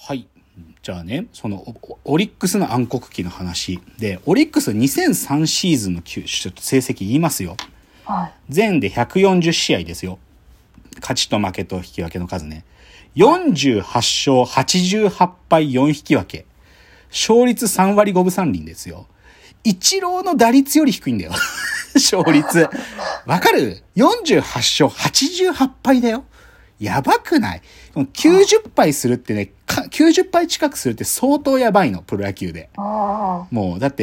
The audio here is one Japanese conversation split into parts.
はい。じゃあね、そのオリックスの暗黒期の話で、オリックス2003シーズンの成績言いますよ。 はい。 全で140試合ですよ。勝ちと負けと引き分けの数ね。48勝88敗4引き分け。勝率3割5分3厘ですよ。イチローの打率より低いんだよ。勝率。わかる？ 48 勝88敗だよ。やばくない？90敗するってね、90敗近くするって相当やばいの、プロ野球で。もう、だって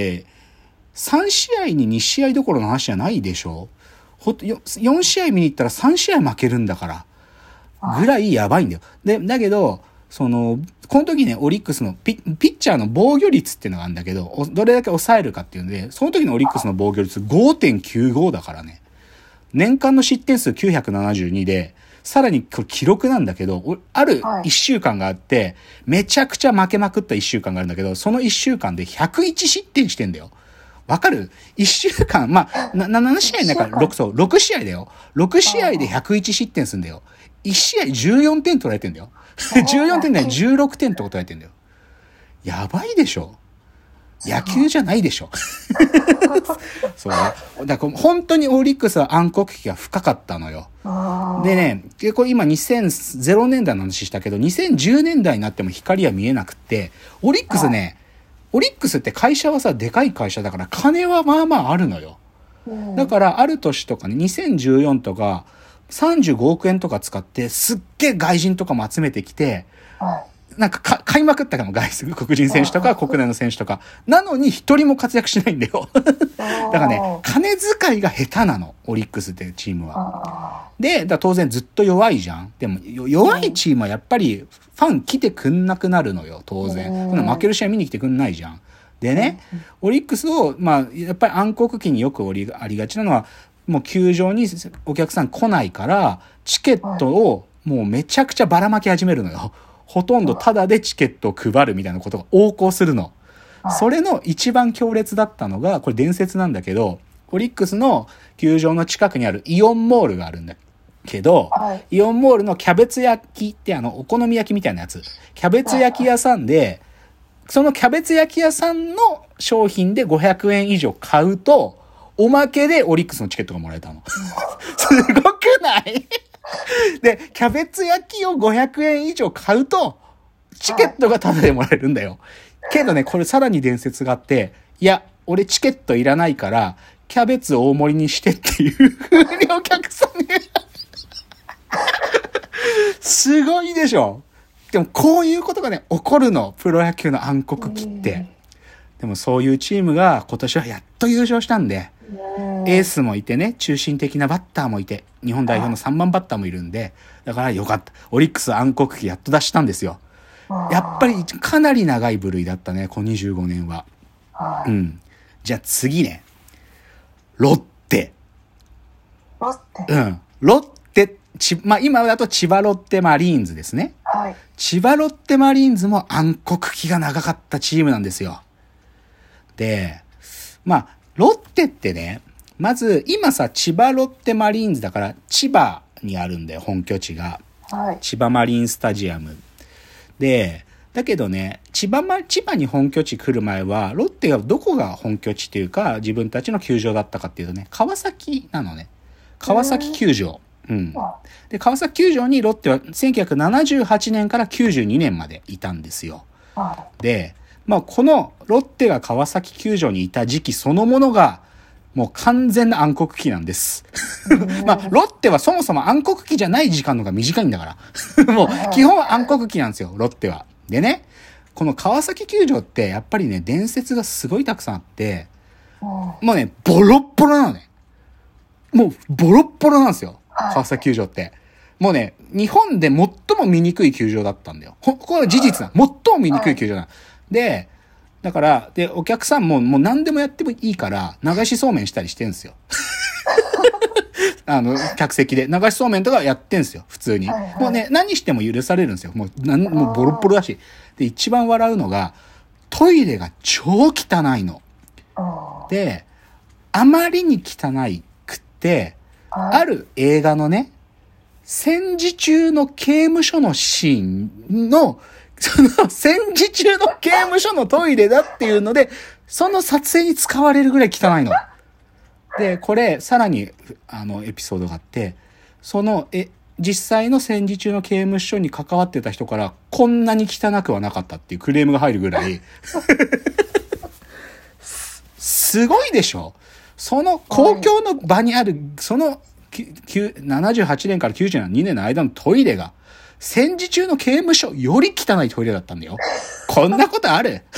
、3試合に2試合どころの話じゃないでしょ。4試合見に行ったら3試合負けるんだから。ぐらいやばいんだよ。で、だけど、この時ね、オリックスのピッチャーの防御率っていうのがあるんだけど、どれだけ抑えるかっていうので、その時のオリックスの防御率 5.95 だからね。年間の失点数972で、さらにこれ記録なんだけど、ある1週間があって、めちゃくちゃ負けまくった1週間があるんだけど、その1週間で101失点してんだよ。わかる？ 1 週間、まあ、7試合の中、6試合だよ。6試合で101失点するんだよ。1試合14点取られてんだよ。14点で16点とか取られてんだよ。やばいでしょ。野球じゃないでしょ。そう。だから本当にオリックスは暗黒期が深かったのよ。でね、これ今2000年代の話したけど、2010年代になっても光は見えなくって、オリックスね、オリックスって会社はさ、でかい会社だから金はまあまああるのよ。だからある年とかね、2014とか35億円とか使ってすっげえ外人とかも集めてきて、なんか買いまくったかも、黒人選手とか国内の選手とか。なのに一人も活躍しないんだよ。だからね、金遣いが下手なの、オリックスっていうチームは。で、当然ずっと弱いじゃん。でも、弱いチームはやっぱりファン来てくんなくなるのよ、当然。負ける試合見に来てくんないじゃん。でね、オリックスを、まあ、やっぱり暗黒期によくありがちなのは、もう球場にお客さん来ないから、チケットをもうめちゃくちゃばらまき始めるのよ。ほとんどタダでチケットを配るみたいなことが横行するの。それの一番強烈だったのが、これ伝説なんだけど、オリックスの球場の近くにあるイオンモールがあるんだけど、イオンモールのキャベツ焼きってお好み焼きみたいなやつ。キャベツ焼き屋さんで、そのキャベツ焼き屋さんの商品で500円以上買うと、おまけでオリックスのチケットがもらえたの。すごくないで、キャベツ焼きを500円以上買うと、チケットがタダでもらえるんだよ。けどね、これさらに伝説があって、いや、俺チケットいらないから、キャベツ大盛りにしてっていう風にお客さんにすごいでしょ。でもこういうことがね、起こるの。プロ野球の暗黒期って。でもそういうチームが今年はやっと優勝したんで、エースもいてね、中心的なバッターもいて、日本代表の3番バッターもいるんで、だからよかった。オリックス暗黒期やっと出したんですよ。やっぱりかなり長い部類だったね、この25年は。うん。じゃあ次ね。ロッテ。 ロッテ。 うん。ロッテ、まあ今だと千葉ロッテマリーンズですね。 はい。 千葉ロッテマリーンズも暗黒期が長かったチームなんですよ。で、まあ、ロッテってね、まず、今さ、千葉ロッテマリーンズだから、千葉にあるんだよ、本拠地が。 はい。 千葉マリンスタジアム。で、だけどね、千葉に本拠地来る前は、ロッテがどこが本拠地っていうか、自分たちの球場だったかっていうとね、川崎なのね。川崎球場。うん。で、川崎球場にロッテは1978年から92年までいたんですよ。で、まあ、このロッテが川崎球場にいた時期そのものが、もう完全な暗黒期なんです。まあ、ロッテはそもそも暗黒期じゃない時間の方が短いんだから。もう、基本は暗黒期なんですよ、ロッテは。でね、この川崎球場ってやっぱりね、伝説がすごいたくさんあって、もうね、ボロッボロなのね。もう、ボロッボロなんですよ、川崎球場って。もうね、日本で最も見にくい球場だったんだよ。これは事実だ。最も見にくい球場だ。で、だから、で、お客さんもう何でもやってもいいから、流しそうめんしたりしてんすよ。客席で。流しそうめんとかやってんすよ、普通に。もうね、何しても許されるんですよ。もうボロッボロだし。で、一番笑うのが、トイレが超汚いの。で、あまりに汚くって、ある映画のね、戦時中の刑務所のシーンのその戦時中の刑務所のトイレだっていうので、その撮影に使われるぐらい汚いの。で、これ、さらに、エピソードがあって、実際の戦時中の刑務所に関わってた人から、こんなに汚くはなかったっていうクレームが入るぐらい、すごいでしょ？その公共の場にある、その、78年から92年の間のトイレが、戦時中の刑務所より汚いトイレだったんだよ。こんなことある？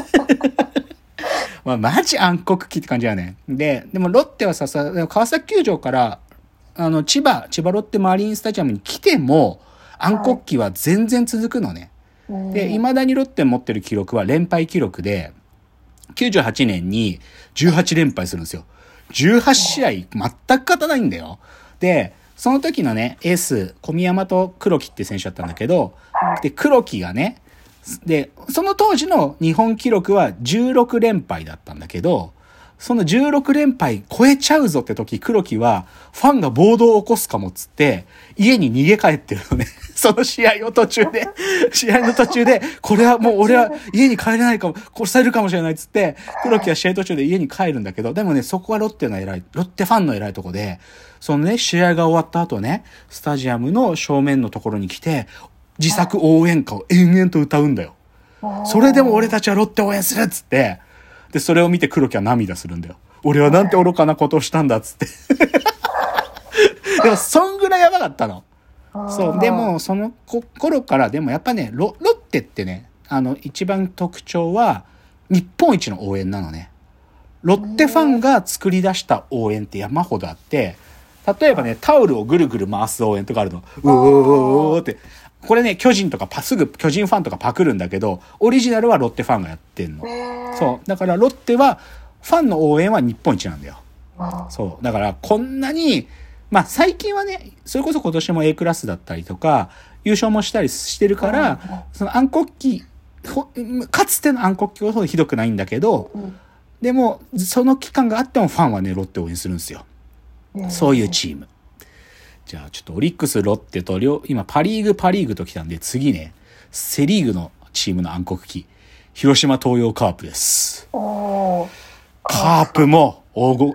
まあ、マジ暗黒期って感じだね。でもロッテはさ、川崎球場から、千葉ロッテマリンスタジアムに来ても、暗黒期は全然続くのね。で、未だにロッテ持ってる記録は連敗記録で、98年に18連敗するんですよ。18試合全く勝たないんだよ。で、その時のね、エース、小宮山と黒木って選手だったんだけど、で、黒木がね、で、その当時の日本記録は16連敗だったんだけど、その16連敗超えちゃうぞって時、黒木はファンが暴動を起こすかもっつって、家に逃げ帰ってるのね。その試合の途中で、これはもう俺は家に帰れないかも、殺されるかもしれないっつって、黒木は試合途中で家に帰るんだけど、でもね、そこはロッテファンの偉いとこで、そのね、試合が終わった後ね、スタジアムの正面のところに来て、自作応援歌を延々と歌うんだよ。それでも俺たちはロッテ応援するっつって、で、それを見て黒木は涙するんだよ。俺はなんて愚かなことをしたんだっつって。でも、そんぐらいやばかったの。そう。でも、その頃から、でもやっぱね、ロッテってね、一番特徴は、日本一の応援なのね。ロッテファンが作り出した応援って山ほどあって、例えばね、タオルをぐるぐる回す応援とかあるの。うおーって。これね、巨人ファンとかパクるんだけど、オリジナルはロッテファンがやってんの。そう。だからロッテは、ファンの応援は日本一なんだよ。そう。だからこんなに、まあ最近はね、それこそ今年も A クラスだったりとか、優勝もしたりしてるから、その暗黒期、かつての暗黒期ほどひどくないんだけど、でも、その期間があってもファンはね、ロッテを応援するんですよ。そういうチーム。じゃあちょっとオリックス、ロッテと今パリーグと来たんで、次ね、セリーグのチームの暗黒期、広島東洋カープです。カープも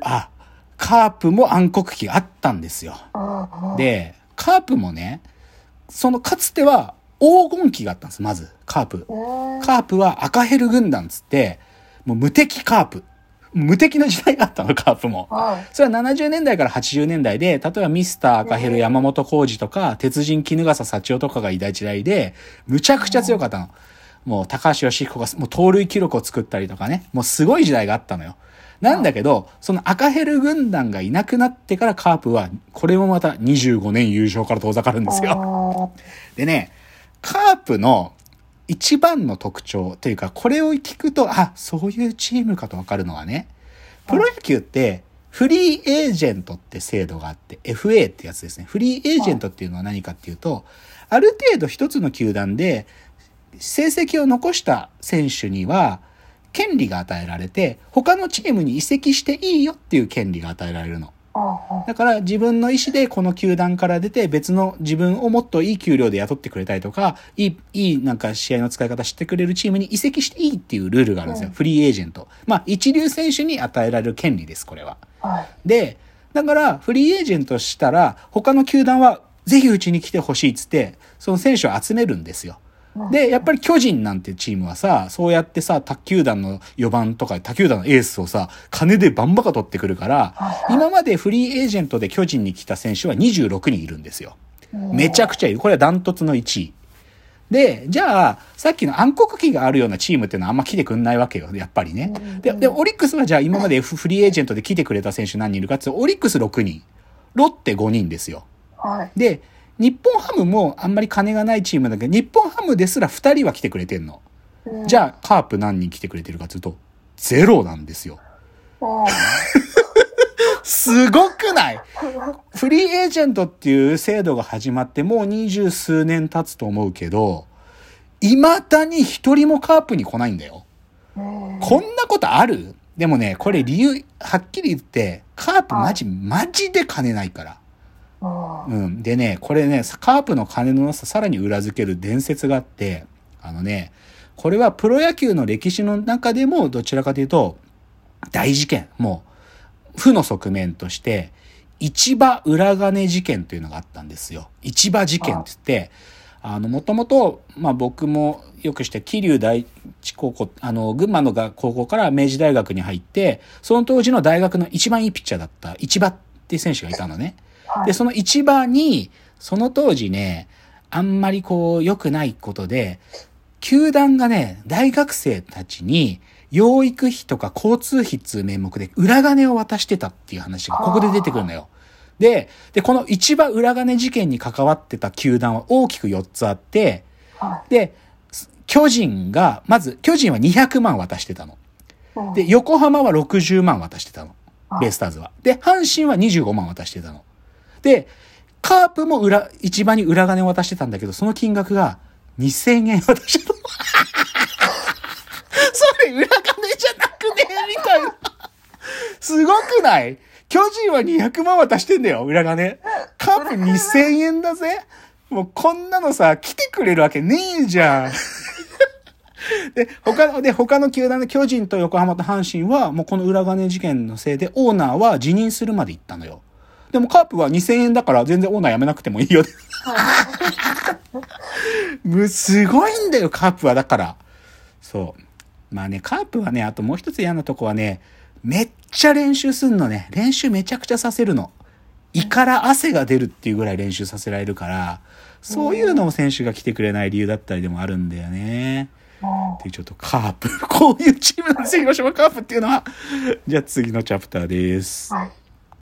暗黒期があったんですよ。で、カープもね、かつては黄金期があったんです、まず、カープ。カープは赤ヘル軍団つって、もう無敵カープ。無敵の時代があったの、カープも。それは70年代から80年代で、例えばミスター赤ヘル山本浩二とか、鉄人衣笠幸男とかがいた時代で、むちゃくちゃ強かったの。もう高橋義彦がもう盗塁記録を作ったりとかね、もうすごい時代があったのよ。なんだけど、その赤ヘル軍団がいなくなってからカープは、これもまた25年優勝から遠ざかるんですよ。でね、カープの一番の特徴というか、これを聞くと、あ、そういうチームかとわかるのはね、プロ野球ってフリーエージェントって制度があって、FA ってやつですね。フリーエージェントっていうのは何かっていうと、ある程度一つの球団で成績を残した選手には権利が与えられて、他のチームに移籍していいよっていう権利が与えられるの。だから自分の意思でこの球団から出て別の自分をもっといい給料で雇ってくれたりとか、いいなんか試合の使い方してくれるチームに移籍していいっていうルールがあるんですよ。フリーエージェント。まあ一流選手に与えられる権利です、これは。で、だからフリーエージェントしたら他の球団はぜひうちに来てほしいっつって、その選手を集めるんですよ。で、やっぱり巨人なんてチームはさ、そうやってさ、他球団の4番とか他球団のエースをさ、金でバンバカ取ってくるから、今までフリーエージェントで巨人に来た選手は26人いるんですよ。めちゃくちゃいる。これはダントツの1位。で、じゃあ、さっきの暗黒期があるようなチームっていうのはあんま来てくんないわけよ、やっぱりね。で、オリックスはじゃあ今までフリーエージェントで来てくれた選手何人いるかっていうと、オリックス6人、ロッテ5人ですよ。で、日本ハムもあんまり金がないチームだけど、日本ハムですら2人は来てくれてんの。じゃあ、カープ何人来てくれてるかというと、0なんですよ。すごくない？フリーエージェントっていう制度が始まってもう20数年経つと思うけど、未だに一人もカープに来ないんだよ。こんなことある？でもね、これ理由、はっきり言って、カープマジで金ないから。でね、これね、カープの金のなささらに裏付ける伝説があって、 これはプロ野球の歴史の中でもどちらかというと大事件、もう負の側面として市場裏金事件というのがあったんですよ。市場事件って言って、もともと、僕もよくして桐生第一高校、群馬の高校から明治大学に入って、その当時の大学の一番いいピッチャーだった市場っていう選手がいたのね。で、その市場に、その当時ね、あんまり良くないことで、球団がね、大学生たちに、養育費とか交通費っていう名目で裏金を渡してたっていう話がここで出てくるのよ。で、この市場裏金事件に関わってた球団は大きく4つあって、で、巨人は200万渡してたの。で、横浜は60万渡してたの。ベイスターズは。で、阪神は25万渡してたの。で、カープも市場に裏金を渡してたんだけど、その金額が2000円渡してたの。それ裏金じゃなくねみたいな。すごくない？巨人は200万渡してんだよ、裏金。カープ2000円だぜ。もうこんなのさ、来てくれるわけねえじゃん。他の球団で巨人と横浜と阪神は、もうこの裏金事件のせいでオーナーは辞任するまで行ったのよ。でもカープは2000円だから全然オーナー辞めなくてもいいよ。すごいんだよ、カープは。だから。そう。カープはね、あともう一つ嫌なとこはね、めっちゃ練習すんのね。練習めちゃくちゃさせるの。胃から汗が出るっていうぐらい練習させられるから、そういうのも選手が来てくれない理由だったりでもあるんだよね。で、ちょっとカープ。こういうチームなんですよ、広島カープっていうのは。じゃあ次のチャプターです。 はい。